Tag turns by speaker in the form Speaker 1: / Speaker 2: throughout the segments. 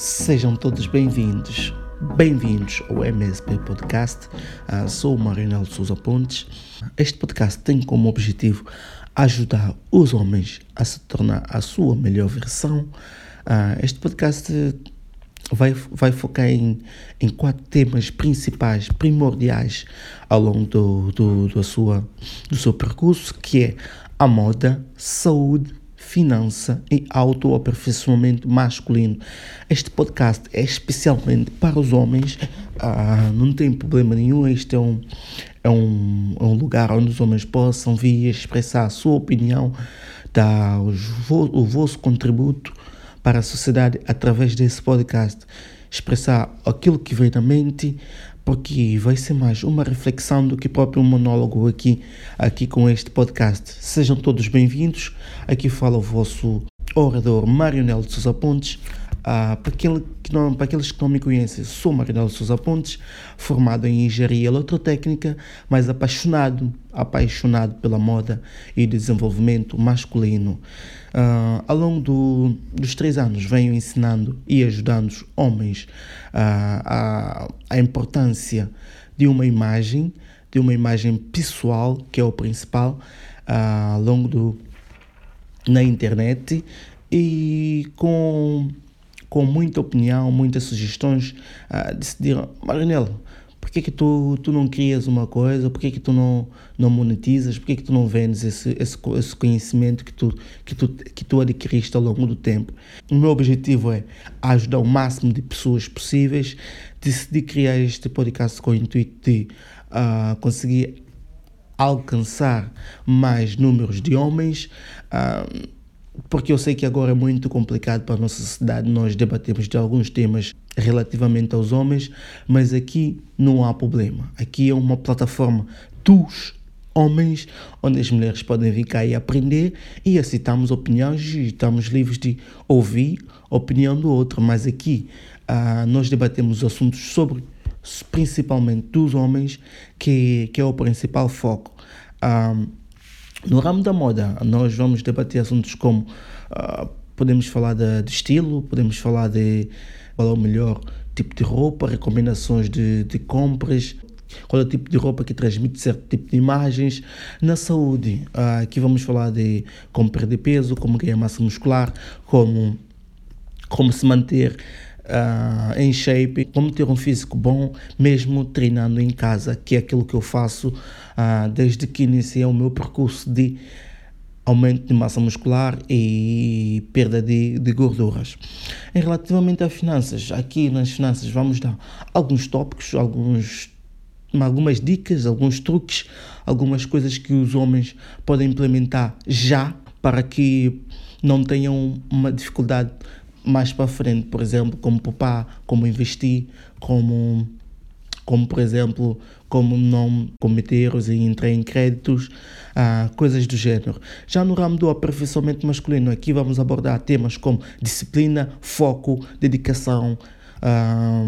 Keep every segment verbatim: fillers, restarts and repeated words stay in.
Speaker 1: Sejam todos bem-vindos, bem-vindos ao M S P Podcast. Uh, sou o Marinel Sousa Pontes. Este podcast tem como objetivo ajudar os homens a se tornar a sua melhor versão. Uh, este podcast vai, vai focar em, em quatro temas principais, primordiais ao longo do, do, do, sua, do seu percurso, que é a moda, saúde, finança e autoaperfeiçoamento masculino. Este podcast é especialmente para os homens, ah, não tem problema nenhum. Este é um, é, um, é um lugar onde os homens possam vir expressar a sua opinião, dar o vosso contributo para a sociedade através desse podcast, expressar aquilo que vem na mente, porque vai ser mais uma reflexão do que próprio monólogo aqui, aqui com este podcast. Sejam todos bem-vindos. Aqui fala o vosso orador Marinel Sousa Pontes. Ah, para, aquele que não, para aqueles que não me conhecem, sou Marinel Sousa Pontes, formado em engenharia eletrotécnica, mas apaixonado, apaixonado pela moda e desenvolvimento masculino. Ah, ao longo do, dos três anos venho ensinando e ajudando os homens ah, a, a importância de uma imagem, de uma imagem pessoal, que é o principal, ah, ao longo do, na internet, e com com muita opinião, muitas sugestões, uh, decidiram: Marinelo, por que que tu, tu não crias uma coisa? Por que que tu não, não monetizas? Por que que tu não vendes esse, esse, esse conhecimento que tu, que, tu, que tu adquiriste ao longo do tempo? O meu objetivo é ajudar o máximo de pessoas possíveis. Decidi criar este podcast com o intuito de uh, conseguir alcançar mais números de homens, uh, porque eu sei que agora é muito complicado para a nossa sociedade. Nós debatemos de alguns temas relativamente aos homens, mas aqui não há problema. Aqui é uma plataforma dos homens, onde as mulheres podem vir cá e aprender, e aceitamos opiniões e estamos livres de ouvir a opinião do outro. Mas aqui ah, nós debatemos assuntos sobre, principalmente dos homens, que, que é o principal foco. Ah, No ramo da moda, nós vamos debater assuntos como, uh, podemos falar de, de estilo, podemos falar de qual é o melhor tipo de roupa, recomendações de, de compras, qual é o tipo de roupa que transmite certo tipo de imagens. Na saúde, uh, aqui vamos falar de como perder peso, como ganhar massa muscular, como, como se manter Uh, em shape, como ter um físico bom, mesmo treinando em casa, que é aquilo que eu faço uh, desde que iniciei o meu percurso de aumento de massa muscular e perda de, de gorduras. Em relativamente a finanças, aqui nas finanças vamos dar alguns tópicos, alguns, algumas dicas, alguns truques, algumas coisas que os homens podem implementar já para que não tenham uma dificuldade mais para frente, por exemplo, como poupar, como investir, como, como por exemplo, como não cometer erros e entrar em créditos, ah, coisas do género. Já no ramo do aperfeiçoamento masculino, aqui vamos abordar temas como disciplina, foco, dedicação, ah,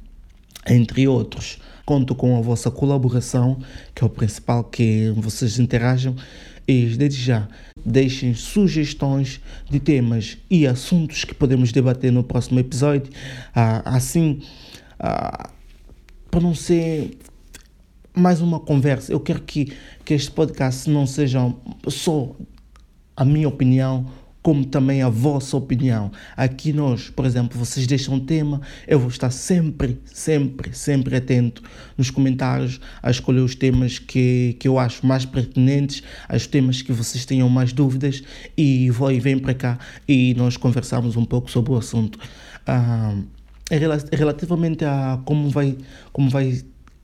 Speaker 1: entre outros. Conto com a vossa colaboração, que é o principal, que vocês interajam, e desde já deixem sugestões de temas e assuntos que podemos debater no próximo episódio, ah, assim, ah, para não ser mais uma conversa. Eu quero que, que este podcast não seja só a minha opinião, como também a vossa opinião. Aqui nós, por exemplo, vocês deixam um tema, eu vou estar sempre, sempre, sempre atento nos comentários a escolher os temas que, que eu acho mais pertinentes, os temas que vocês tenham mais dúvidas, e vou e vem para cá e nós conversamos um pouco sobre o assunto. Ah, relativamente a como vai, como vai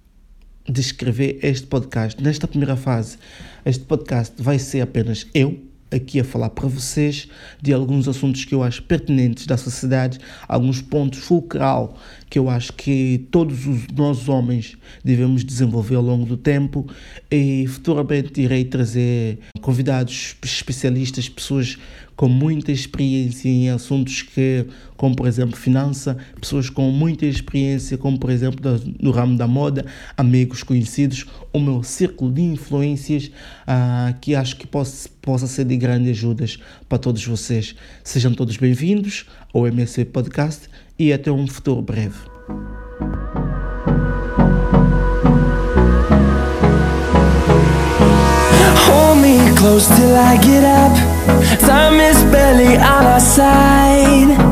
Speaker 1: descrever este podcast, nesta primeira fase, este podcast vai ser apenas eu, aqui a falar para vocês de alguns assuntos que eu acho pertinentes da sociedade, alguns pontos fulcral que eu acho que todos os nós homens devemos desenvolver ao longo do tempo, e futuramente irei trazer convidados especialistas, pessoas com muita experiência em assuntos que, como por exemplo finança, pessoas com muita experiência, como por exemplo no ramo da moda, amigos conhecidos, o meu círculo de influências, uh, que acho que possa, possa ser de grande ajuda para todos vocês. Sejam todos bem-vindos ao M S P Podcast e até um futuro breve.
Speaker 2: Hold me close till I get up. Time is barely on our side.